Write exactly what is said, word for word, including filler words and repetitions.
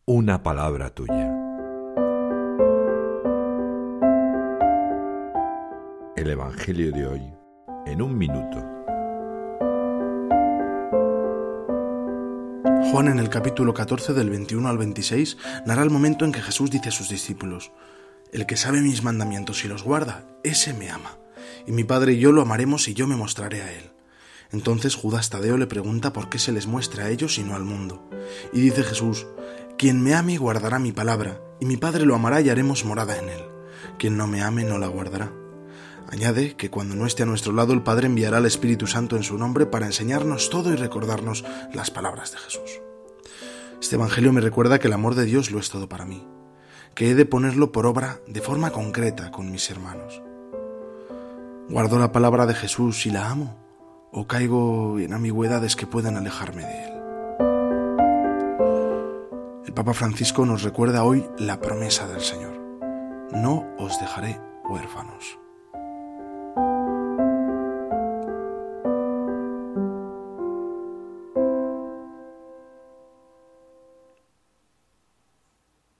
una palabra tuya. El Evangelio de hoy, en un minuto. Juan, en el capítulo catorce, del veintiuno al veintiséis, narra el momento en que Jesús dice a sus discípulos: «El que sabe mis mandamientos y los guarda, ese me ama, y mi Padre y yo lo amaremos y yo me mostraré a él». Entonces Judas Tadeo le pregunta por qué se les muestra a ellos y no al mundo. Y dice Jesús: «Quien me ame guardará mi palabra, y mi Padre lo amará y haremos morada en él. Quien no me ame no la guardará». Añade que cuando no esté a nuestro lado, el Padre enviará al Espíritu Santo en su nombre para enseñarnos todo y recordarnos las palabras de Jesús. Este Evangelio me recuerda que el amor de Dios lo es todo para mí, que he de ponerlo por obra de forma concreta con mis hermanos. ¿Guardo la palabra de Jesús y la amo? ¿O caigo en ambigüedades que pueden alejarme de él? El Papa Francisco nos recuerda hoy la promesa del Señor: «No os dejaré huérfanos».